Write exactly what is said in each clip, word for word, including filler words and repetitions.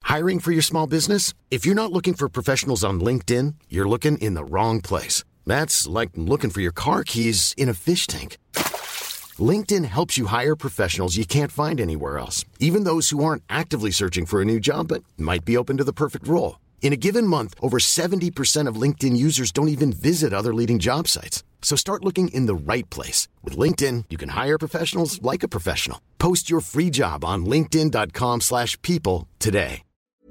Hiring for your small business? If you're not looking for professionals on LinkedIn, you're looking in the wrong place. That's like looking for your car keys in a fish tank. LinkedIn helps you hire professionals you can't find anywhere else, even those who aren't actively searching for a new job but might be open to the perfect role. In a given month, over seventy percent of LinkedIn users don't even visit other leading job sites. So start looking in the right place. With LinkedIn, you can hire professionals like a professional. Post your free job on linkedin.com slash people today.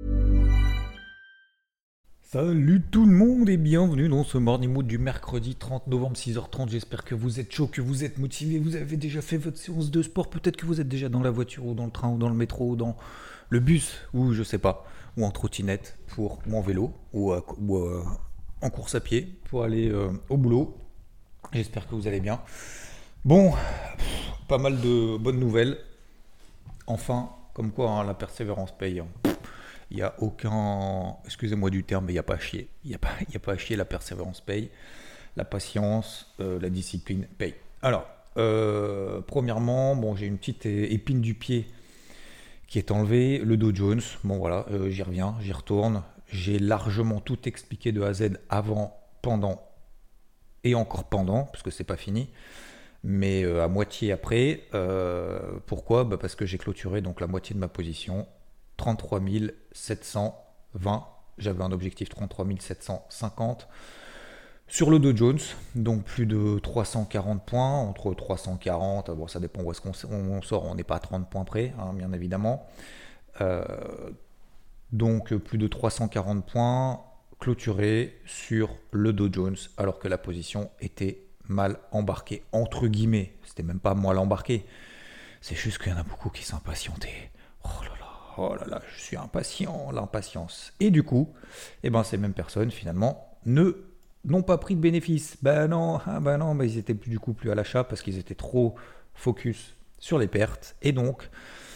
Salut tout le monde et bienvenue dans ce Morning Mood du mercredi trente novembre six heures trente. J'espère que vous êtes chaud, que vous êtes motivé, vous avez déjà fait votre séance de sport. Peut-être que vous êtes déjà dans la voiture ou dans le train ou dans le métro ou dans le bus ou je sais pas, ou en trottinette pour, ou en vélo ou, euh, ou euh, en course à pied pour aller euh, au boulot. J'espère que vous allez bien. Bon, pff, pas mal de bonnes nouvelles. Enfin, comme quoi hein, la persévérance paye. Hein. Il n'y a aucun, excusez-moi du terme, mais il n'y a pas à chier. Il n'y a pas, il n'y a pas à chier, la persévérance paye. La patience, euh, la discipline paye. Alors, euh, premièrement, bon, j'ai une petite épine du pied qui est enlevée. Le Dow Jones, bon voilà, euh, j'y reviens, j'y retourne. J'ai largement tout expliqué de A à Z avant, pendant et encore pendant, parce que c'est pas fini. Mais euh, à moitié après. Euh, pourquoi ? Bah parce que j'ai clôturé donc la moitié de ma position. trente-trois mille sept cent vingt, j'avais un objectif trente-trois mille sept cent cinquante sur le Dow Jones, donc plus de trois cent quarante points, entre trois cent quarante, bon ça dépend où est-ce qu'on on sort, on n'est pas à trente points près, hein, bien évidemment, euh, donc plus de trois cent quarante points clôturés sur le Dow Jones, alors que la position était mal embarquée, entre guillemets, c'était même pas moi l'embarquer, c'est juste qu'il y en a beaucoup qui s'impatientaient, oh là là. Oh là là, je suis impatient, l'impatience. Et du coup, eh ben, ces mêmes personnes, finalement, ne, n'ont pas pris de bénéfices. Ben non, ah ben non, ben ils étaient plus, du coup plus à l'achat parce qu'ils étaient trop focus sur les pertes. Et donc,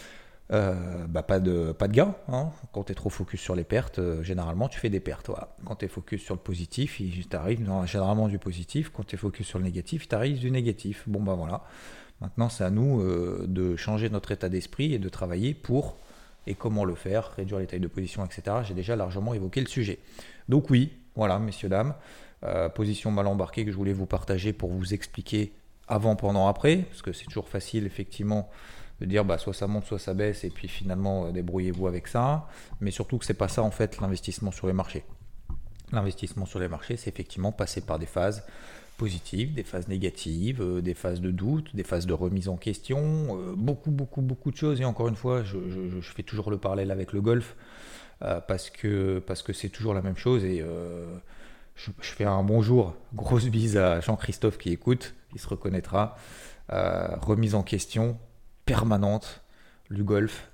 euh, bah, pas de, pas de gain. Hein. Quand tu es trop focus sur les pertes, euh, généralement, tu fais des pertes. Voilà. Quand tu es focus sur le positif, il t'arrive généralement du positif. Quand tu es focus sur le négatif, il t'arrive du négatif. Bon, ben voilà. Maintenant, c'est à nous euh, de changer notre état d'esprit et de travailler pour... Et comment le faire, réduire les tailles de position, et cetera. J'ai déjà largement évoqué le sujet. Donc oui, voilà, messieurs, dames, euh, position mal embarquée que je voulais vous partager pour vous expliquer avant, pendant, après, parce que c'est toujours facile, effectivement, de dire bah, soit ça monte, soit ça baisse, et puis finalement, euh, débrouillez-vous avec ça. Mais surtout que c'est pas ça, en fait, l'investissement sur les marchés. L'investissement sur les marchés, c'est effectivement passer par des phases positives, des phases négatives, euh, des phases de doute, des phases de remise en question, euh, beaucoup, beaucoup, beaucoup de choses. Et encore une fois, je, je, je fais toujours le parallèle avec le golf euh, parce que parce que c'est toujours la même chose. Et euh, je, je fais un bonjour, grosse bise à Jean-Christophe qui écoute, il se reconnaîtra. Euh, remise en question permanente du golf.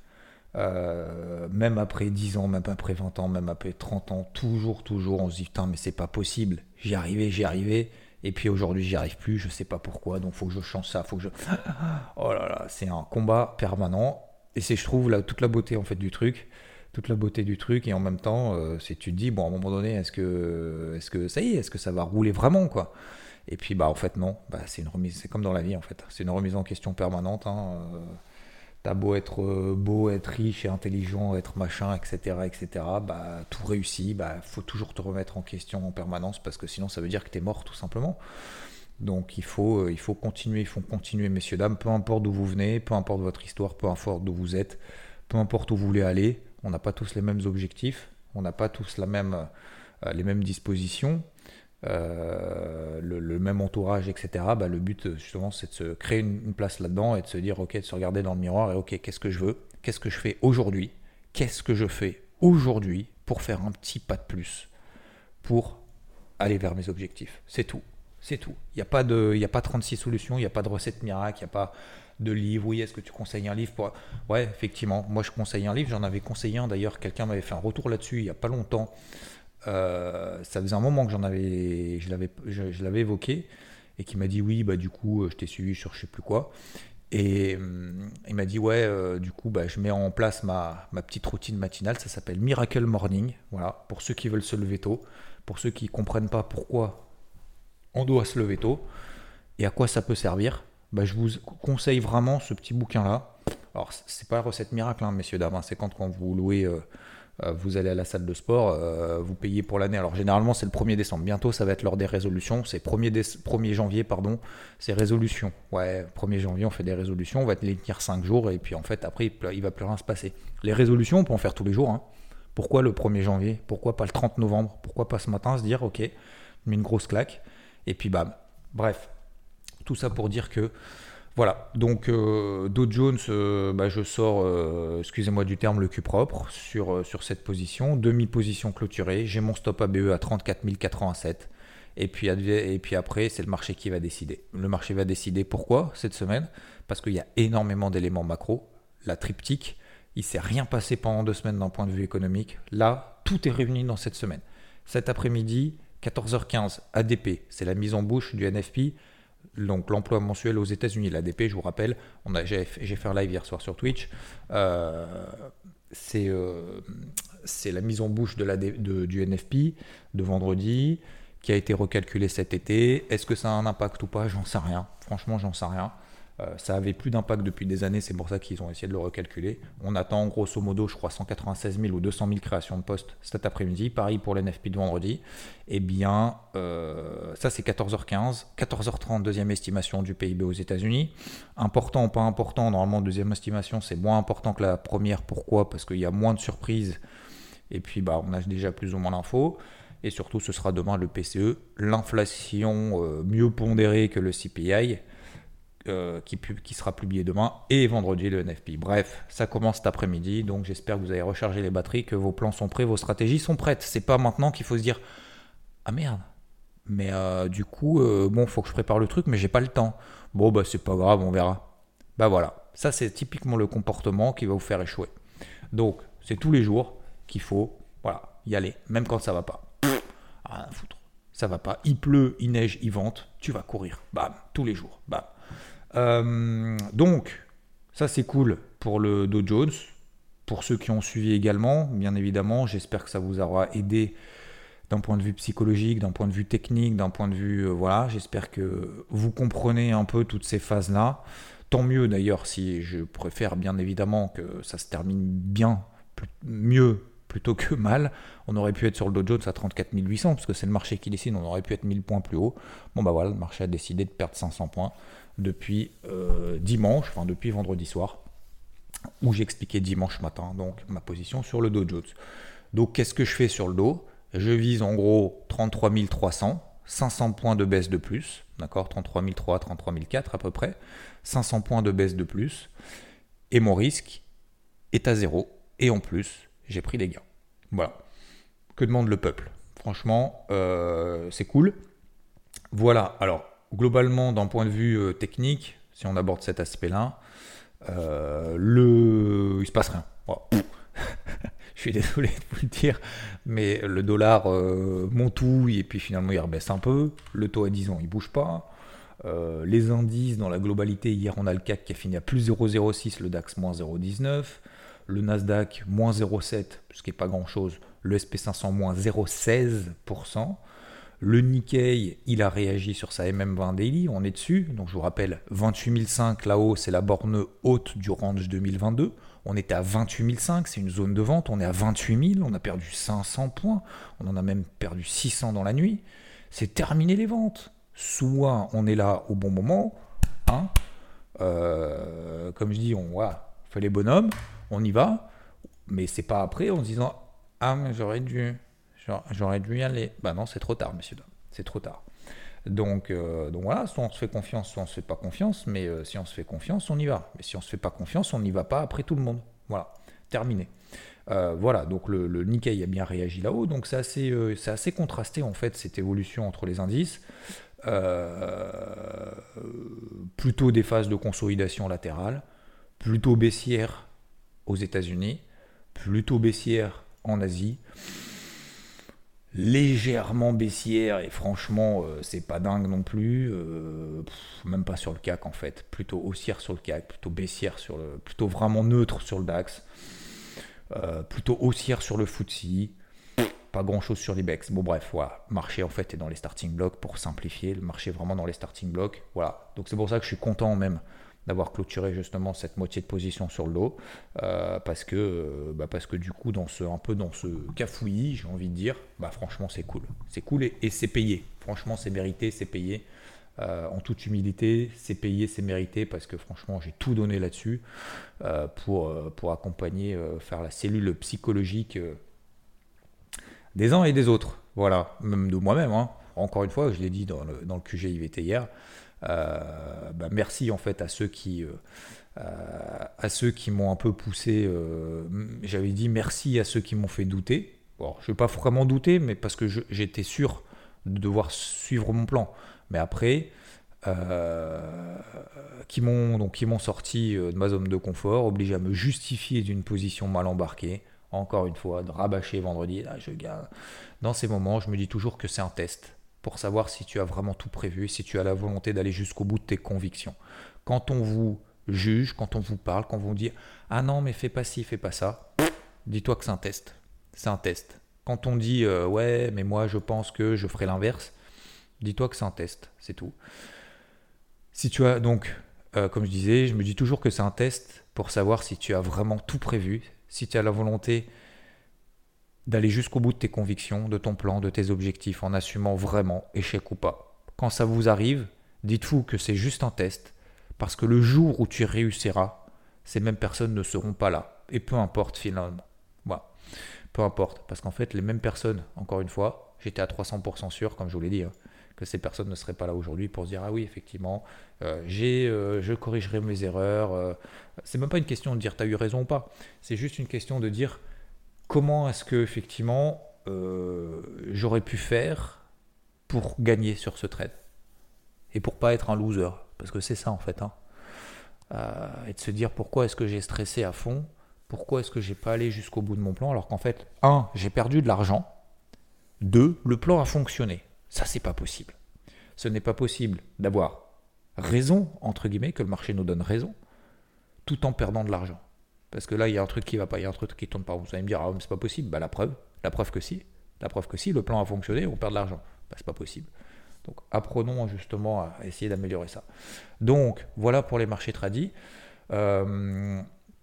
Euh, même après dix ans, même après vingt ans, même après trente ans, toujours, toujours, on se dit putain, mais c'est pas possible, j'y arrivais, j'y arrivais. Et puis aujourd'hui, j'y arrive plus, je sais pas pourquoi, donc faut que je change ça, faut que je... Oh là là, c'est un combat permanent. Et c'est, je trouve, là, toute la beauté en fait du truc, toute la beauté du truc, et en même temps, euh, c'est, tu te dis, bon, à un moment donné, est-ce que, est-ce que ça y est, est-ce que ça va rouler vraiment, quoi ? Et puis, bah, en fait, non, bah, c'est une remise, c'est comme dans la vie, en fait, c'est une remise en question permanente, hein, euh, t'as beau être euh, beau, être riche et intelligent, être machin, et cetera, et cetera. Bah, tout réussit, bah, faut toujours te remettre en question en permanence parce que sinon ça veut dire que t'es mort tout simplement. Donc il faut, euh, il faut continuer, il faut continuer, messieurs, dames, peu importe d'où vous venez, peu importe votre histoire, peu importe d'où vous êtes, peu importe où vous voulez aller, on n'a pas tous les mêmes objectifs, on n'a pas tous la même, euh, les mêmes dispositions. Euh, le, le même entourage, et cetera. Bah, le but justement c'est de se créer une, une place là-dedans et de se dire ok, de se regarder dans le miroir et ok, qu'est-ce que je veux, qu'est-ce que je fais aujourd'hui, qu'est-ce que je fais aujourd'hui pour faire un petit pas de plus pour aller vers mes objectifs. C'est tout, c'est tout. Il n'y a pas de, il y a pas trente-six solutions, il n'y a pas de recette miracle, il n'y a pas de livre. Oui, est-ce que tu conseilles un livre pour... Ouais, effectivement, moi je conseille un livre, j'en avais conseillé un d'ailleurs, quelqu'un m'avait fait un retour là-dessus il n'y a pas longtemps. Euh, ça faisait un moment que j'en avais, je l'avais, je, je l'avais évoqué et qui m'a dit oui, bah du coup, je t'ai suivi sur je sais plus quoi. Et euh, il m'a dit ouais, euh, du coup, bah je mets en place ma, ma petite routine matinale. Ça s'appelle Miracle Morning. Voilà, pour ceux qui veulent se lever tôt, pour ceux qui comprennent pas pourquoi on doit se lever tôt et à quoi ça peut servir. Bah je vous conseille vraiment ce petit bouquin là. Alors c'est pas la recette miracle, hein, messieurs dames. Hein, c'est quand quand vous louez. Euh, Euh, vous allez à la salle de sport, euh, vous payez pour l'année. Alors généralement c'est le premier décembre. Bientôt ça va être l'heure des résolutions. C'est premier, déce- premier janvier, pardon. C'est résolution. Ouais, premier janvier on fait des résolutions. On va les tenir cinq jours et puis en fait après il ne va plus rien se passer. Les résolutions on peut en faire tous les jours. Hein. Pourquoi le premier janvier? Pourquoi pas le trente novembre? Pourquoi pas ce matin se dire ok, je mets une grosse claque et puis bam. Bref, tout ça pour dire que voilà, donc euh, Dow Jones, euh, bah, je sors, euh, excusez-moi du terme, le cul propre sur, euh, sur cette position. Demi-position clôturée, j'ai mon stop A B E à trente-quatre mille quatre-vingt-sept. Et puis, et puis après, c'est le marché qui va décider. Le marché va décider pourquoi cette semaine? Parce qu'il y a énormément d'éléments macro. La triptyque, il ne s'est rien passé pendant deux semaines d'un point de vue économique. Là, tout est réuni dans cette semaine. Cet après-midi, quatorze heures quinze, A D P, c'est la mise en bouche du N F P. Donc l'emploi mensuel aux États-Unis, l'A D P, je vous rappelle, on a, j'ai, j'ai fait un live hier soir sur Twitch, euh, c'est, euh, c'est la mise en bouche de la, de, du N F P de vendredi, qui a été recalculée cet été. Est-ce que ça a un impact ou pas? J'en sais rien. Franchement, j'en sais rien. Euh, ça avait plus d'impact depuis des années, c'est pour ça qu'ils ont essayé de le recalculer. On attend grosso modo, je crois, cent quatre-vingt-seize mille ou deux cent mille créations de postes cet après-midi. Pareil pour l'N F P de vendredi. Eh bien, euh, ça c'est quatorze heures quinze. quatorze heures trente, deuxième estimation du P I B aux États-Unis. Important ou pas important, normalement, deuxième estimation, c'est moins important que la première. Pourquoi? Parce qu'il y a moins de surprises. Et puis, bah, on a déjà plus ou moins l'info. Et surtout, ce sera demain le P C E. L'inflation euh, mieux pondérée que le C P I. Euh, qui, qui sera publié demain, et vendredi le N F P. Bref, ça commence cet après-midi, donc j'espère que vous avez rechargé les batteries, que vos plans sont prêts, vos stratégies sont prêtes. C'est pas maintenant qu'il faut se dire ah merde, mais euh, du coup, euh, bon, faut que je prépare le truc, mais j'ai pas le temps. Bon, bah c'est pas grave, on verra. Bah voilà, ça c'est typiquement le comportement qui va vous faire échouer. Donc, c'est tous les jours qu'il faut, voilà, y aller, même quand ça va pas. Pff, rien à foutre. Ça va pas, il pleut, il neige, il vente, tu vas courir, bam, tous les jours, bam. Euh, donc, ça c'est cool pour le Dow Jones. Pour ceux qui ont suivi également, bien évidemment, j'espère que ça vous aura aidé d'un point de vue psychologique, d'un point de vue technique, d'un point de vue... Euh, voilà, j'espère que vous comprenez un peu toutes ces phases-là. Tant mieux d'ailleurs, si je préfère bien évidemment que ça se termine bien, plus, mieux plutôt que mal. On aurait pu être sur le Dow Jones à trente-quatre mille huit cents, parce que c'est le marché qui décide, on aurait pu être mille points plus haut. Bon bah voilà, le marché a décidé de perdre cinq cents points depuis euh, dimanche, enfin depuis vendredi soir, où j'expliquais dimanche matin donc ma position sur le Dow Jones. Donc qu'est-ce que je fais sur le Dow? Je vise en gros trente-trois mille trois cents, cinq cents points de baisse de plus, d'accord, trente-trois mille trois, trente-trois mille quatre à peu près, cinq cents points de baisse de plus, et mon risque est à zéro, et en plus, j'ai pris des gains. Voilà. Que demande le peuple? Franchement, euh, c'est cool. Voilà, alors, globalement, d'un point de vue euh, technique, si on aborde cet aspect-là, euh, le... il se passe rien. Voilà. Je suis désolé de vous le dire, mais le dollar euh, montouille et puis finalement il rebaisse un peu. Le taux à dix ans, il bouge pas. Euh, les indices dans la globalité, hier on a le C A C qui a fini à plus zéro virgule zéro six, le DAX moins zéro virgule dix-neuf, le Nasdaq moins zéro virgule sept, ce qui n'est pas grand chose, le S P cinq cents moins zéro virgule seize pour cent. Le Nikkei, il a réagi sur sa M M vingt Daily, on est dessus. Donc je vous rappelle, vingt-huit mille cinq là-haut, c'est la borne haute du range deux mille vingt-deux. On était à vingt-huit mille cinq, c'est une zone de vente. On est à vingt-huit mille, on a perdu cinq cents points. On en a même perdu six cents dans la nuit. C'est terminé les ventes. Soit on est là au bon moment, hein, euh, comme je dis, on, voilà, on fait les bonhommes, on y va, mais c'est pas après en se disant « Ah, mais j'aurais dû... » J'aurais dû y aller. Bah non, c'est trop tard, messieurs, dames. C'est trop tard. Donc, euh, donc voilà, soit on se fait confiance, soit on se fait pas confiance. Mais euh, si on se fait confiance, on y va. Mais si on se fait pas confiance, on n'y va pas après tout le monde. Voilà, terminé. Euh, voilà, donc le, le Nikkei a bien réagi là-haut. Donc c'est assez, euh, c'est assez contrasté en fait cette évolution entre les indices. Euh, plutôt des phases de consolidation latérale, plutôt baissière aux États-Unis, plutôt baissière en Asie. Légèrement baissière et franchement euh, c'est pas dingue non plus, euh, pff, même pas sur le C A C en fait, plutôt haussière sur le C A C, plutôt baissière sur le, plutôt vraiment neutre sur le DAX, euh, plutôt haussière sur le F T S E, pas grand chose sur l'Ibex. Bon bref, voilà, marché en fait est dans les starting blocks pour simplifier, le marché est vraiment dans les starting blocks, voilà. Donc c'est pour ça que je suis content même d'avoir clôturé justement cette moitié de position sur le dos, euh, parce que euh, bah parce que du coup dans ce un peu dans ce cafouillis, j'ai envie de dire, bah franchement c'est cool, c'est cool et, et c'est payé. Franchement c'est mérité, c'est payé. Euh, en toute humilité, c'est payé, c'est mérité parce que franchement j'ai tout donné là-dessus euh, pour euh, pour accompagner, euh, faire la cellule psychologique euh, des uns et des autres. Voilà, même de moi-même. Hein. Encore une fois, je l'ai dit dans le, dans le Q G I V T hier. Euh, bah merci en fait à ceux qui euh, à ceux qui m'ont un peu poussé. Euh, j'avais dit merci à ceux qui m'ont fait douter. Bon, je ne vais pas vraiment douter, mais parce que je, j'étais sûr de devoir suivre mon plan. Mais après, euh, qui m'ont donc qui m'ont sorti de ma zone de confort, obligé à me justifier d'une position mal embarquée. Encore une fois, de rabâcher vendredi. Là, je garde. Dans ces moments, je me dis toujours que c'est un test pour savoir si tu as vraiment tout prévu, si tu as la volonté d'aller jusqu'au bout de tes convictions. Quand on vous juge, quand on vous parle, quand on vous dit « Ah non, mais fais pas ci, fais pas ça », dis-toi que c'est un test. C'est un test. Quand on dit euh, « Ouais, mais moi je pense que je ferai l'inverse », dis-toi que c'est un test, c'est tout. Si tu as donc, euh, comme je disais, je me dis toujours que c'est un test pour savoir si tu as vraiment tout prévu, si tu as la volonté d'aller jusqu'au bout de tes convictions, de ton plan, de tes objectifs, en assumant vraiment, échec ou pas. Quand ça vous arrive, dites-vous que c'est juste un test, parce que le jour où tu réussiras, ces mêmes personnes ne seront pas là. Et peu importe finalement. Voilà. Peu importe, parce qu'en fait, les mêmes personnes, encore une fois, j'étais à trois cents pour cent sûr, comme je vous l'ai dit, hein, que ces personnes ne seraient pas là aujourd'hui pour se dire « Ah oui, effectivement, euh, j'ai, euh, je corrigerai mes erreurs. Euh, » C'est même pas une question de dire « Tu as eu raison ou pas ». C'est juste une question de dire « Comment est-ce que effectivement euh, j'aurais pu faire pour gagner sur ce trade et pour pas être un loser ?» Parce que c'est ça en fait. Hein. Euh, et de se dire pourquoi est-ce que j'ai stressé à fond, pourquoi est-ce que j'ai pas allé jusqu'au bout de mon plan alors qu'en fait, un, j'ai perdu de l'argent, deux, le plan a fonctionné. Ça, c'est pas possible. Ce n'est pas possible d'avoir raison, entre guillemets, que le marché nous donne raison, tout en perdant de l'argent. Parce que là, il y a un truc qui va pas, il y a un truc qui tourne pas. Vous allez me dire, ah, mais c'est pas possible. Bah, la preuve, la preuve que si. La preuve que si, le plan a fonctionné, on perd de l'argent. Bah, c'est pas possible. Donc, apprenons justement à essayer d'améliorer ça. Donc, voilà pour les marchés tradis. Euh,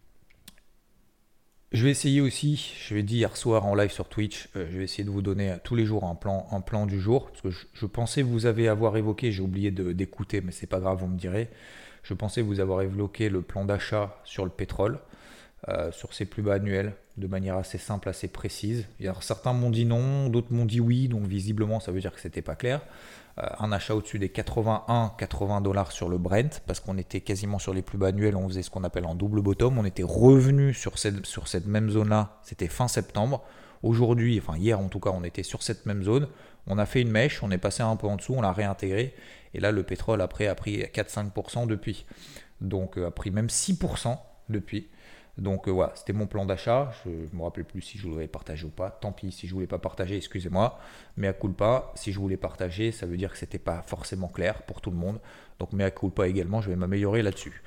je vais essayer aussi, je l'ai dit hier soir en live sur Twitch, euh, je vais essayer de vous donner tous les jours un plan, un plan du jour. Parce que je, je pensais vous avez avoir évoqué, j'ai oublié de, d'écouter, mais c'est pas grave, vous me direz. Je pensais vous avoir évoqué le plan d'achat sur le pétrole. Euh, sur ses plus bas annuels de manière assez simple, assez précise. Alors, certains m'ont dit non, d'autres m'ont dit oui, donc visiblement ça veut dire que c'était pas clair. Euh, un achat au-dessus des quatre-vingt-un quatre-vingts dollars sur le Brent, parce qu'on était quasiment sur les plus bas annuels, on faisait ce qu'on appelle un double bottom, on était revenu sur cette, sur cette même zone-là, c'était fin septembre. Aujourd'hui, enfin hier en tout cas, on était sur cette même zone, on a fait une mèche, on est passé un peu en dessous, on l'a réintégré, et là le pétrole après a pris quatre à cinq pour cent depuis, donc a pris même six pour cent depuis. Donc euh, voilà, c'était mon plan d'achat. Je ne me rappelle plus si je voulais partager ou pas. Tant pis, si je ne voulais pas partager, excusez-moi. Mais à culpa, si je voulais partager, ça veut dire que ce n'était pas forcément clair pour tout le monde. Donc mais à culpa également, je vais m'améliorer là-dessus.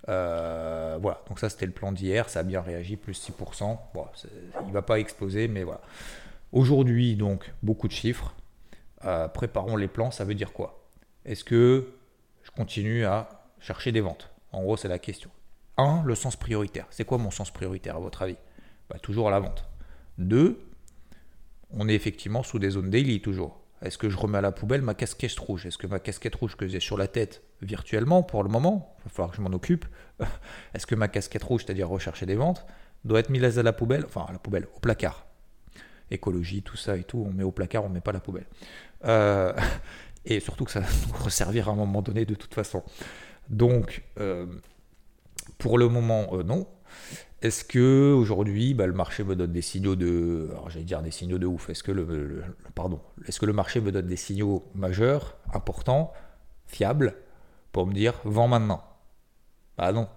Euh, voilà, donc ça c'était le plan d'hier. Ça a bien réagi, plus six pour cent. Bon, il ne va pas exploser, mais voilà. Aujourd'hui, donc, beaucoup de chiffres. Euh, préparons les plans, ça veut dire quoi? Est-ce que je continue à chercher des ventes? En gros, c'est la question. un. Le sens prioritaire. C'est quoi mon sens prioritaire à votre avis? Bah, toujours à la vente. deux. On est effectivement sous des zones daily toujours. Est-ce que je remets à la poubelle ma casquette rouge? Est-ce que ma casquette rouge que j'ai sur la tête virtuellement pour le moment, il va falloir que je m'en occupe, est-ce que ma casquette rouge, c'est-à-dire rechercher des ventes, doit être mise à la poubelle? Enfin à la poubelle, au placard. Écologie, tout ça et tout, on met au placard, on ne met pas à la poubelle. Euh, et surtout que ça va nous resservir à un moment donné de toute façon. Donc... Euh, Pour le moment, euh, non. Est-ce que aujourd'hui, bah, le marché me donne des signaux de, alors j'allais dire des signaux de ouf. Est-ce que le, le, le- pardon, est-ce que le marché me donne des signaux majeurs, importants, fiables, pour me dire vends maintenant? Ah non.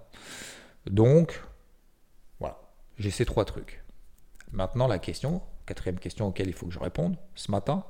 Donc, voilà, j'ai ces trois trucs. Maintenant, la question, quatrième question auquel il faut que je réponde, ce matin,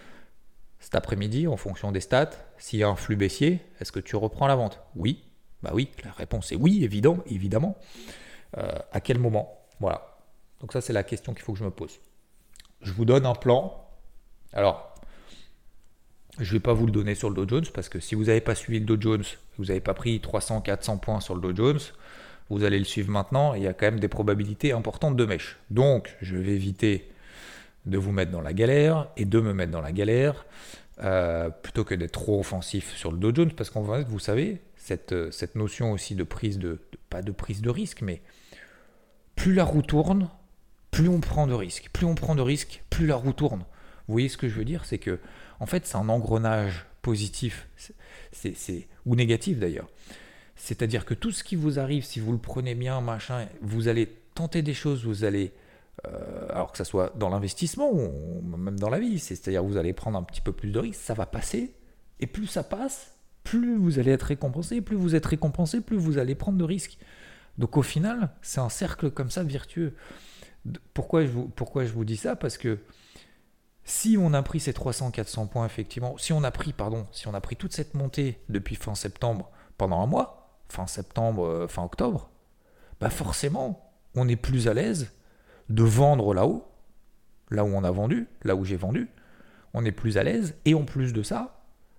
cet après-midi, en fonction des stats, s'il y a un flux baissier, est-ce que tu reprends la vente? Oui. Bah oui, la réponse est oui, évident, évidemment. Euh, à quel moment? Voilà. Donc ça, c'est la question qu'il faut que je me pose. Je vous donne un plan. Alors, Je ne vais pas vous le donner sur le Dow Jones parce que si vous n'avez pas suivi le Dow Jones, vous n'avez pas pris trois cents, quatre cents points sur le Dow Jones, vous allez le suivre maintenant et il y a quand même des probabilités importantes de mèche. Donc, je vais éviter de vous mettre dans la galère et de me mettre dans la galère euh, plutôt que d'être trop offensif sur le Dow Jones parce qu'en fait, vous savez, cette, cette notion aussi de prise de, de, pas de prise de risque, mais plus la roue tourne, plus on prend de risques. Plus on prend de risques, plus la roue tourne. Vous voyez ce que je veux dire? C'est que, en fait, c'est un engrenage positif, c'est, c'est, ou négatif d'ailleurs. C'est-à-dire que tout ce qui vous arrive, si vous le prenez bien, machin, vous allez tenter des choses, vous allez, euh, alors que ce soit dans l'investissement ou même dans la vie, c'est-à-dire vous allez prendre un petit peu plus de risques, ça va passer, et plus ça passe, plus vous allez être récompensé, plus vous êtes récompensé, plus vous allez prendre de risques. Donc au final, c'est un cercle comme ça vertueux. Pourquoi je vous, pourquoi je vous dis ça? Parce que si on a pris ces trois cents à quatre cents points, effectivement, si on a pris, pardon, si on a pris toute cette montée depuis fin septembre pendant un mois, fin septembre, euh, fin octobre, bah forcément, on est plus à l'aise de vendre là-haut, là où on a vendu, là où j'ai vendu, on est plus à l'aise, et en plus de ça,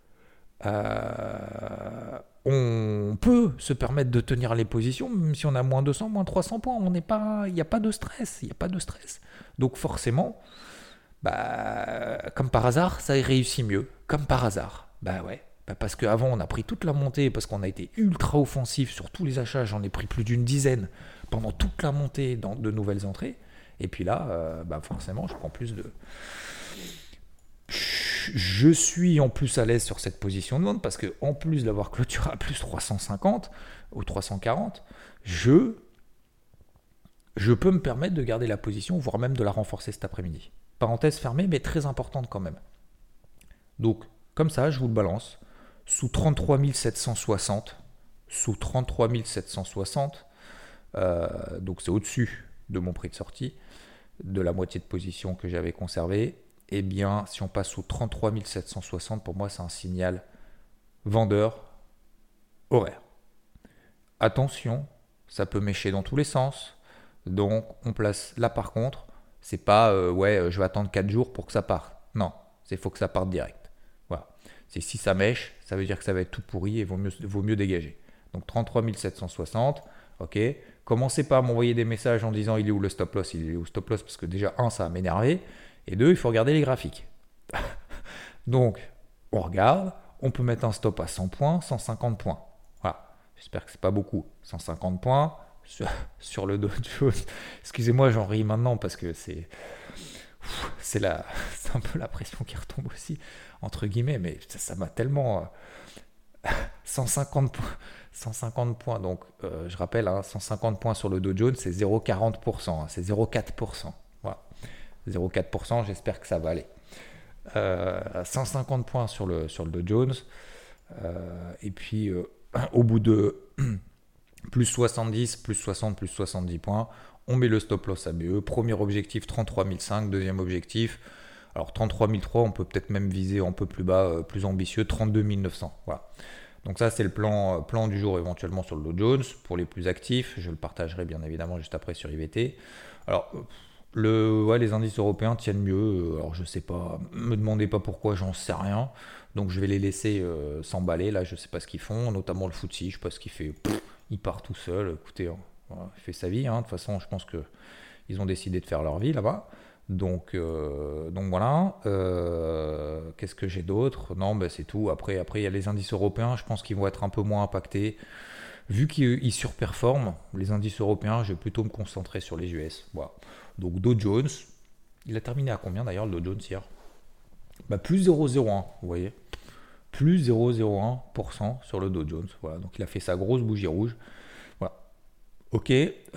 euh, on peut se permettre de tenir les positions, même si on a moins deux cents, moins trois cents points, on n'est pas, il n'y a pas de stress, il n'y a pas de stress. Donc forcément, bah, comme par hasard, ça réussit mieux, comme par hasard. Bah ouais, bah parce qu'avant on a pris toute la montée, parce qu'on a été ultra offensif sur tous les achats, j'en ai pris plus d'une dizaine pendant toute la montée dans de nouvelles entrées, et puis là, euh, bah forcément, je prends plus de... Je suis en plus à l'aise sur cette position de vente parce que en plus d'avoir clôturé à plus trois cent cinquante ou trois cent quarante, je, je peux me permettre de garder la position, voire même de la renforcer cet après-midi. Parenthèse fermée, mais très importante quand même. Donc, comme ça, je vous le balance, sous trente-trois mille sept cent soixante, sous trente-trois mille sept cent soixante, euh, donc c'est au-dessus de mon prix de sortie, de la moitié de position que j'avais conservée. Eh bien, si on passe sous trente-trois mille sept cent soixante, pour moi, c'est un signal vendeur horaire. Attention, ça peut mêcher dans tous les sens. Donc, on place là par contre, c'est pas euh, ouais, je vais attendre quatre jours pour que ça parte. Non, il faut que ça parte direct. Voilà. C'est si ça mèche, ça veut dire que ça va être tout pourri et vaut mieux, vaut mieux dégager. Donc, trente-trois mille sept cent soixante, ok. Commencez pas à m'envoyer des messages en disant il est où le stop loss, il est où le stop loss, parce que déjà, un, ça va m'énerver. Et deux, il faut regarder les graphiques. Donc, on regarde, on peut mettre un stop à cent points, cent cinquante points. Voilà, j'espère que c'est pas beaucoup. cent cinquante points sur, sur le Dow Jones. Excusez-moi, j'en ris maintenant parce que c'est, c'est, la, c'est un peu la pression qui retombe aussi, entre guillemets, mais ça, ça m'a tellement... Euh, cent cinquante points, cent cinquante points, donc euh, je rappelle, hein, cent cinquante points sur le Dow Jones, c'est zéro virgule quarante pour cent, hein, c'est zéro virgule quatre pour cent. Voilà. zéro virgule quatre pour cent, j'espère que ça va aller. Euh, cent cinquante points sur le, sur le Dow Jones. Euh, et puis, euh, au bout de plus soixante-dix, plus soixante, plus soixante-dix points, on met le stop loss A B E. Premier objectif, trente-trois mille cinq. Deuxième objectif, alors trente-trois mille trois, on peut peut-être même viser un peu plus bas, euh, plus ambitieux, trente-deux mille neuf cents. Voilà. Donc ça, c'est le plan, plan du jour éventuellement sur le Dow Jones. Pour les plus actifs, je le partagerai bien évidemment juste après sur I V T. Alors... Le, ouais, les indices européens tiennent mieux, alors je sais pas, me demandez pas pourquoi, j'en sais rien, donc je vais les laisser euh, s'emballer, là je sais pas ce qu'ils font, notamment le F T S E, je sais pas ce qu'il fait, pff, il part tout seul, écoutez, hein, voilà, il fait sa vie, hein. De toute façon je pense qu'ils ont décidé de faire leur vie là-bas, donc, euh, donc voilà, euh, qu'est-ce que j'ai d'autre? Non, ben c'est tout, après après il y a les indices européens, je pense qu'ils vont être un peu moins impactés. Vu qu'ils surperforment, les indices européens, je vais plutôt me concentrer sur les U S. Voilà. Donc Dow Jones, il a terminé à combien d'ailleurs le Dow Jones hier? Bah, plus zéro virgule zéro un, vous voyez. Plus zéro virgule zéro un pour cent sur le Dow Jones. Voilà. Donc il a fait sa grosse bougie rouge. Voilà. Ok.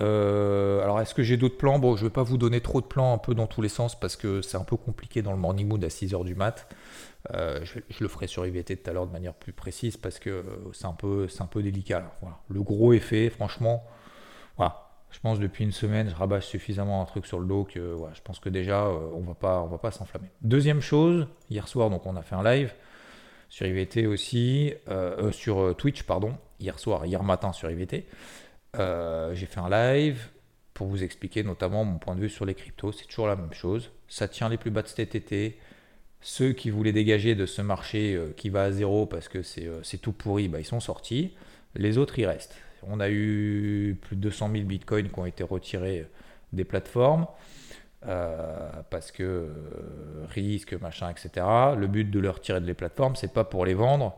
Euh, alors est-ce que j'ai d'autres plans? Bon, je ne vais pas vous donner trop de plans un peu dans tous les sens parce que c'est un peu compliqué dans le morning mood à six heures du mat. Euh, je, je le ferai sur I V T tout à l'heure de manière plus précise parce que c'est un peu, c'est un peu délicat. Là. Voilà. Le gros effet, franchement, voilà. Je pense depuis une semaine, je rabâche suffisamment un truc sur le dos que voilà, je pense que déjà, euh, on va pas, on va pas s'enflammer. Deuxième chose, hier soir, donc on a fait un live sur I V T aussi, euh, euh, sur Twitch, pardon, hier soir, hier matin sur I V T. Euh, j'ai fait un live pour vous expliquer notamment mon point de vue sur les cryptos. C'est toujours la même chose. Ça tient les plus bas de cet été. Ceux qui voulaient dégager de ce marché euh, qui va à zéro parce que c'est, euh, c'est tout pourri, bah, ils sont sortis. Les autres, ils restent. On a eu plus de deux cent mille bitcoins qui ont été retirés des plateformes euh, parce que euh, risque, machin, et cetera. Le but de les retirer des plateformes, c'est pas pour les vendre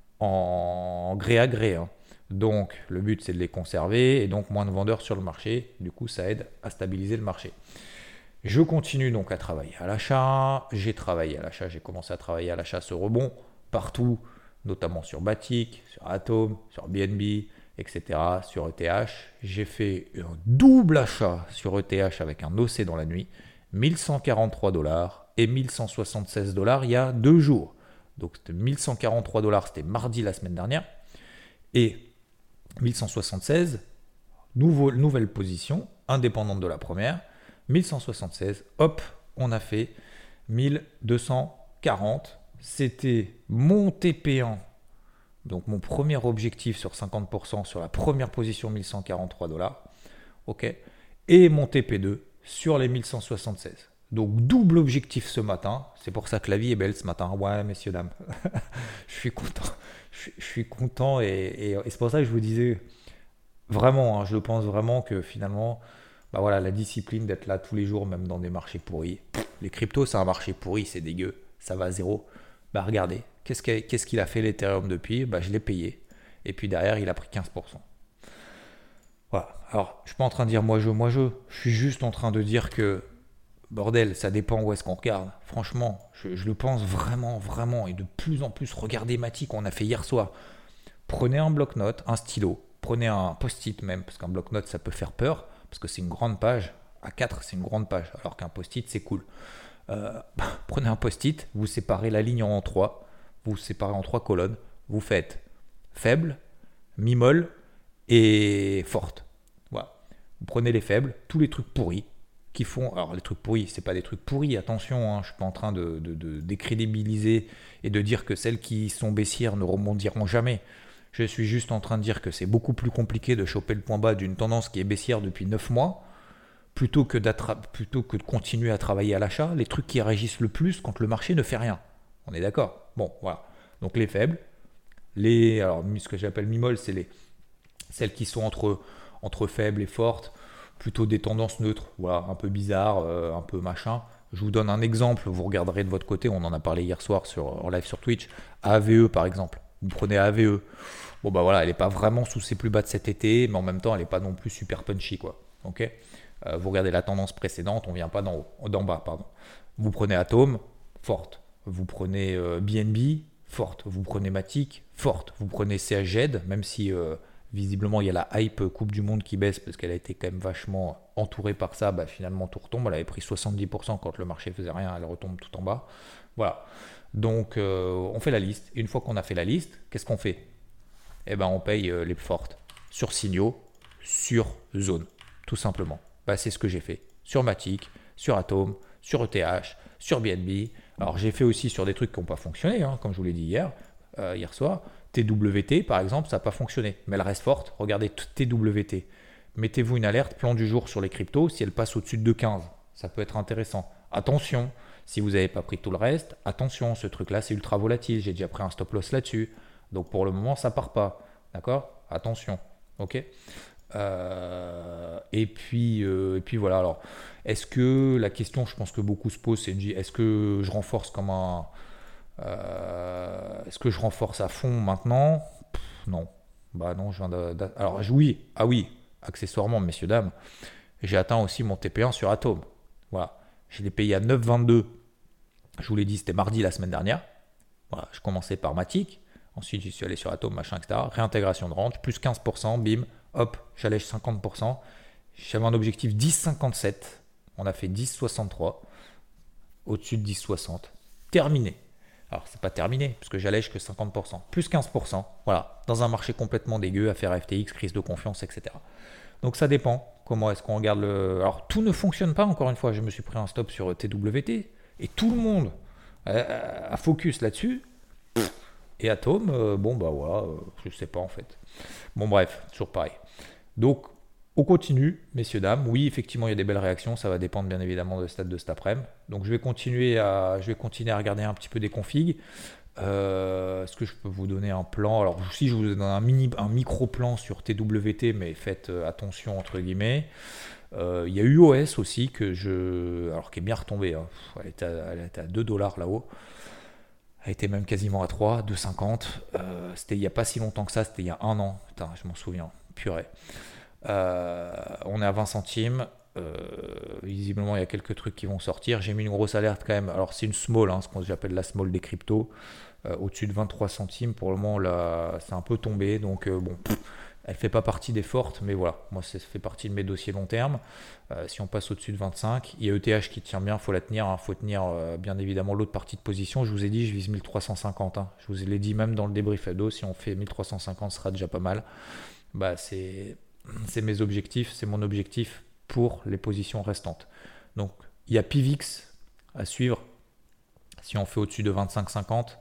en gré à gré, hein. Donc, le but, c'est de les conserver et donc moins de vendeurs sur le marché. Du coup, ça aide à stabiliser le marché. Je continue donc à travailler à l'achat. J'ai travaillé à l'achat, j'ai commencé à travailler à l'achat ce rebond partout, notamment sur Batik, sur Atom, sur B N B, et cetera, sur E T H. J'ai fait un double achat sur E T H avec un O C dans la nuit, mille cent quarante-trois dollars et mille cent soixante-seize dollars il y a deux jours. Donc c'était mille cent quarante-trois dollars, c'était mardi la semaine dernière. Et mille cent soixante-seize, nouveau, nouvelle position, indépendante de la première. mille cent soixante-seize, hop, on a fait mille deux cent quarante. C'était mon T P un, donc mon premier objectif sur cinquante pour cent sur la première position mille cent quarante-trois dollars. Ok. Et mon T P deux sur les mille cent soixante-seize. Donc double objectif ce matin. C'est pour ça que la vie est belle ce matin. Ouais, messieurs, dames. je suis content. Je, je suis content et, et, et c'est pour ça que je vous disais vraiment, hein, je le pense vraiment que finalement, bah voilà, la discipline d'être là tous les jours, même dans des marchés pourris. Pff, les cryptos, c'est un marché pourri, c'est dégueu, ça va à zéro. Bah regardez, qu'est-ce qu'il, qu'est-ce qu'il a fait l'Ethereum depuis? Bah je l'ai payé. Et puis derrière, il a pris quinze pour cent. Voilà. Alors, je suis pas en train de dire moi je, moi je. Je suis juste en train de dire que, bordel, ça dépend où est-ce qu'on regarde. Franchement, je, je le pense vraiment, vraiment. Et de plus en plus, regardez Matic, qu'on a fait hier soir. Prenez un bloc-notes, un stylo, prenez un post-it même, parce qu'un bloc-notes, ça peut faire peur. Parce que c'est une grande page, à quatre c'est une grande page, alors qu'un post-it c'est cool. Euh, prenez un post-it, vous séparez la ligne en trois, vous séparez en trois colonnes, vous faites faible, mi-molle et forte. Voilà. Vous prenez les faibles, tous les trucs pourris qui font. Alors les trucs pourris, c'est pas des trucs pourris, attention, hein, je suis pas en train de, de, de décrédibiliser et de dire que celles qui sont baissières ne rebondiront jamais. Je suis juste en train de dire que c'est beaucoup plus compliqué de choper le point bas d'une tendance qui est baissière depuis neuf mois, plutôt que, plutôt que de continuer à travailler à l'achat, les trucs qui réagissent le plus quand le marché ne fait rien. On est d'accord? Bon, voilà. Donc les faibles, les, alors ce que j'appelle mi-molle, c'est les, celles qui sont entre, entre faibles et fortes, plutôt des tendances neutres, voilà, un peu bizarre, euh, un peu machin. Je vous donne un exemple, vous regarderez de votre côté, on en a parlé hier soir sur, en live sur Twitch, A V E par exemple. Vous prenez A V E. Bon bah voilà, elle n'est pas vraiment sous ses plus bas de cet été, mais en même temps, elle n'est pas non plus super punchy, quoi. Ok. Euh, vous regardez la tendance précédente, on ne vient pas d'en haut, d'en bas, pardon. Vous prenez Atom, forte. Vous prenez euh, B N B, forte. Vous prenez Matic, forte. Vous prenez C H Z, même si euh, visiblement il y a la hype Coupe du Monde qui baisse parce qu'elle a été quand même vachement entourée par ça, bah, finalement tout retombe. Elle avait pris soixante-dix pour cent quand le marché faisait rien, elle retombe tout en bas. Voilà. Donc euh, on fait la liste. Et une fois qu'on a fait la liste, qu'est-ce qu'on fait? Eh ben on paye euh, les fortes sur signaux, sur zone, tout simplement. Bah, c'est ce que j'ai fait sur Matic, sur Atom, sur E T H, sur B N B. Alors j'ai fait aussi sur des trucs qui n'ont pas fonctionné, hein, comme je vous l'ai dit hier, euh, hier soir. T W T par exemple, ça n'a pas fonctionné, mais elle reste forte. Regardez T W T. Mettez-vous une alerte plan du jour sur les cryptos si elle passe au-dessus de deux virgule quinze. Ça peut être intéressant. Attention, si vous n'avez pas pris tout le reste, attention, ce truc-là c'est ultra volatile. J'ai déjà pris un stop loss là-dessus. Donc pour le moment, ça part pas. D'accord? Attention. Ok? Euh, et puis, euh, et puis voilà. Alors, est-ce que la question, je pense que beaucoup se posent, c'est est-ce que je renforce comme un, euh, est-ce que je renforce à fond maintenant? Pff, non. Bah non. Je viens de, de, alors oui, ah oui, accessoirement, messieurs dames, j'ai atteint aussi mon T P un sur Atom. Voilà. Je l'ai payé à neuf virgule vingt-deux. Je vous l'ai dit, c'était mardi la semaine dernière. Voilà. Je commençais par Matic. Ensuite, j'y suis allé sur Atom, machin, et cetera. Réintégration de range, plus quinze pour cent, bim, hop, j'allège cinquante pour cent. J'avais un objectif dix virgule cinquante-sept. On a fait dix virgule soixante-trois. Au-dessus de dix virgule soixante. Terminé. Alors, c'est pas terminé, puisque j'allège que cinquante pour cent. Plus quinze pour cent. Voilà. Dans un marché complètement dégueu, affaire F T X, crise de confiance, et cetera. Donc, ça dépend. Comment est-ce qu'on regarde le. Alors, tout ne fonctionne pas, encore une fois. Je me suis pris un stop sur T W T. Et tout le monde a focus là-dessus. Et Atom, euh, bon bah voilà, euh, je sais pas en fait. Bon bref, toujours pareil. Donc On continue, messieurs, dames. Oui, effectivement, il y a des belles réactions. Ça va dépendre bien évidemment de stade de cet après-midi. Donc, je vais continuer à, je vais continuer à regarder un petit peu des configs. Euh, est-ce que je peux vous donner un plan? Alors, si je vous donne un, mini, un micro-plan sur T W T, mais faites attention, entre guillemets. Euh, il y a U O S aussi, que je, alors qui est bien retombée. Hein. Elle, était à, elle était à deux dollars là-haut. Elle était même quasiment à trois, deux cinquante. Euh, c'était il n'y a pas si longtemps que ça, c'était il y a un an. Putain, je m'en souviens. Purée. Euh, on est à vingt centimes. Euh, visiblement, il y a quelques trucs qui vont sortir. J'ai mis une grosse alerte quand même. Alors, c'est une small, hein, ce qu'on appelle la small des cryptos. Euh, au-dessus de vingt-trois centimes. Pour le moment, là, c'est un peu tombé. Donc, euh, bon, pff, elle ne fait pas partie des fortes. Mais voilà, moi, ça fait partie de mes dossiers long terme. Euh, si on passe au-dessus de vingt-cinq, il y a E T H qui tient bien. Il faut la tenir. Il hein, faut tenir, euh, bien évidemment, l'autre partie de position. Je vous ai dit, je vise mille trois cent cinquante. Hein. Je vous l'ai dit même dans le débrief ado. Si on fait mille trois cent cinquante, ce sera déjà pas mal. Bah, c'est... C'est mes objectifs, c'est mon objectif pour les positions restantes. Donc, il y a P V X à suivre. Si on fait au-dessus de vingt-cinq cinquante,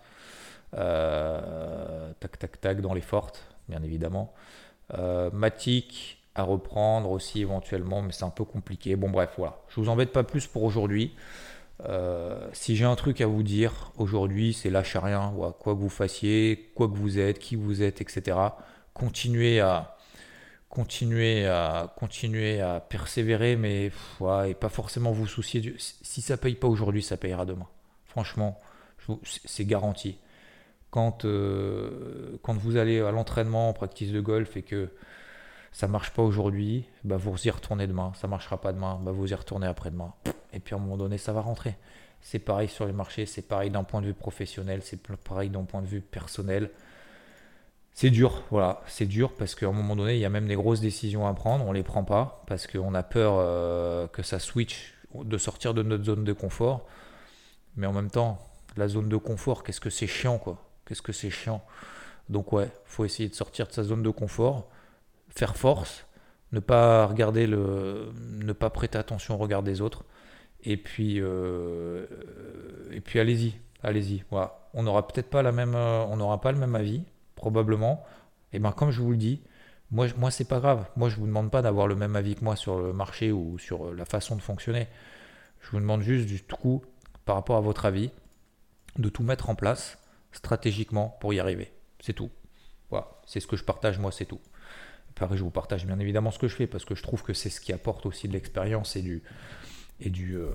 euh, tac, tac, tac, dans les fortes, bien évidemment. Euh, Matic à reprendre aussi éventuellement, mais c'est un peu compliqué. Bon, bref, voilà. Je ne vous embête pas plus pour aujourd'hui. Euh, si j'ai un truc à vous dire aujourd'hui, c'est lâchez rien. Ouais, quoi que vous fassiez, quoi que vous êtes, qui vous êtes, et cetera. Continuez à... Continuez à, continuer à persévérer, mais pff, ouais, et pas forcément vous soucier. Du... Si ça ne paye pas aujourd'hui, ça payera demain. Franchement, je vous... c'est garanti. Quand, euh, quand vous allez à l'entraînement en practice de golf et que ça ne marche pas aujourd'hui, bah vous y retournez demain. Ça ne marchera pas demain, bah vous y retournez après-demain. Et puis à un moment donné, ça va rentrer. C'est pareil sur les marchés, c'est pareil d'un point de vue professionnel, c'est pareil d'un point de vue personnel. C'est dur, voilà, c'est dur parce qu'à un moment donné, il y a même des grosses décisions à prendre, on ne les prend pas parce qu'on a peur euh, que ça switch, de sortir de notre zone de confort. Mais en même temps, la zone de confort, qu'est-ce que c'est chiant, quoi. Qu'est-ce que c'est chiant. Donc ouais, faut essayer de sortir de sa zone de confort, faire force, ne pas regarder le, ne pas prêter attention au regard des autres, et puis, euh, et puis allez-y, allez-y. Voilà, on n'aura peut-être pas la même, on n'aura pas le même avis. Probablement, et bien comme je vous le dis, moi, moi c'est pas grave. Moi je vous demande pas d'avoir le même avis que moi sur le marché ou sur la façon de fonctionner. Je vous demande juste du coup, par rapport à votre avis, de tout mettre en place stratégiquement pour y arriver. C'est tout. Voilà, c'est ce que je partage moi, c'est tout. Après je vous partage bien évidemment ce que je fais parce que je trouve que c'est ce qui apporte aussi de l'expérience et du et du euh,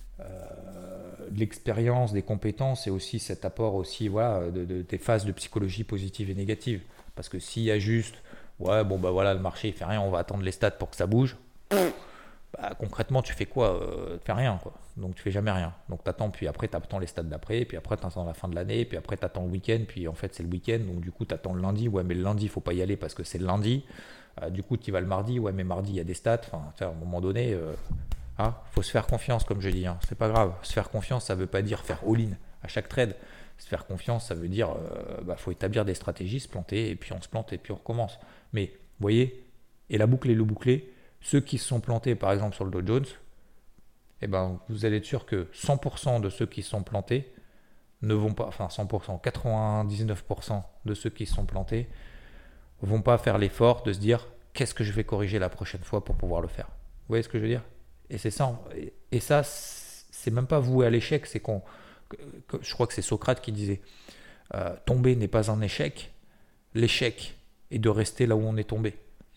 Euh, de l'expérience, des compétences et aussi cet apport aussi voilà, de, de, des phases de psychologie positive et négative. Parce que s'il y a juste ouais bon bah voilà le marché il fait rien, on va attendre les stats pour que ça bouge, bah, concrètement tu fais quoi euh, tu fais rien quoi. Donc tu fais jamais rien. Donc tu attends, puis après tu attends les stats d'après, puis après tu attends la fin de l'année, puis après tu attends le week-end, puis en fait c'est le week-end, donc du coup tu attends le lundi, ouais mais le lundi il faut pas y aller parce que c'est le lundi. Euh, du coup tu y vas le mardi, ouais mais mardi il y a des stats, enfin à un moment donné euh, Ah, faut se faire confiance, comme je dis. Hein. C'est pas grave. Se faire confiance, ça veut pas dire faire all-in à chaque trade. Se faire confiance, ça veut dire, euh, bah, faut établir des stratégies, se planter, et puis on se plante, et puis on recommence. Mais, vous voyez, et la boucle est le bouclé. Ceux qui se sont plantés, par exemple, sur le Dow Jones, eh ben, vous allez être sûr que cent pour cent de ceux qui se sont plantés ne vont pas, enfin cent pour cent, quatre-vingt-dix-neuf pour cent de ceux qui se sont plantés vont pas faire l'effort de se dire, qu'est-ce que je vais corriger la prochaine fois pour pouvoir le faire. Vous voyez ce que je veux dire ? Et c'est ça, et ça, c'est même pas voué à l'échec, c'est qu'on, je crois que c'est Socrate qui disait, euh, tomber n'est pas un échec, l'échec est de rester là où on est tombé.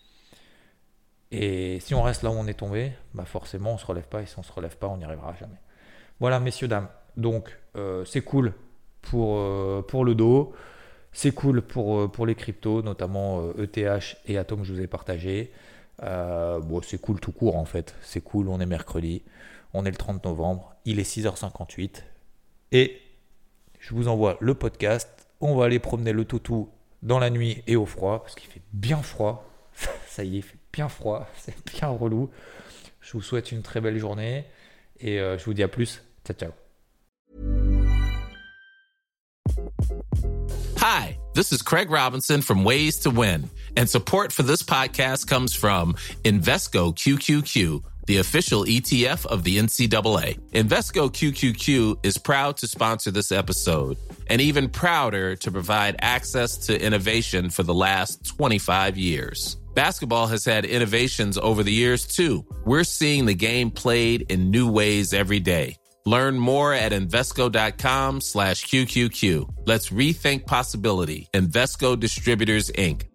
Et si on reste là où on est tombé, bah forcément on se relève pas, et si on se relève pas, on n'y arrivera jamais. Voilà messieurs, dames, donc euh, c'est cool pour, euh, pour le dos, c'est cool pour, pour les cryptos, notamment euh, E T H et Atom que je vous ai partagé. Euh, bon, c'est cool tout court en fait, c'est cool, on est mercredi, on est le trente novembre, il est six heures cinquante-huit et je vous envoie le podcast, on va aller promener le toutou dans la nuit et au froid, parce qu'il fait bien froid, ça y est, il fait bien froid, c'est bien relou. Je vous souhaite une très belle journée et euh, je vous dis à plus, ciao ciao. Hi, this is Craig Robinson from Ways to Win, and support for this podcast comes from Invesco Q Q Q, the official E T F of the N C double A. Invesco Q Q Q is proud to sponsor this episode, and even prouder to provide access to innovation for the last twenty-five years. Basketball has had innovations over the years, too. We're seeing the game played in new ways every day. Learn more at Invesco.com slash QQQ. Let's rethink possibility. Invesco Distributors, Incorporated.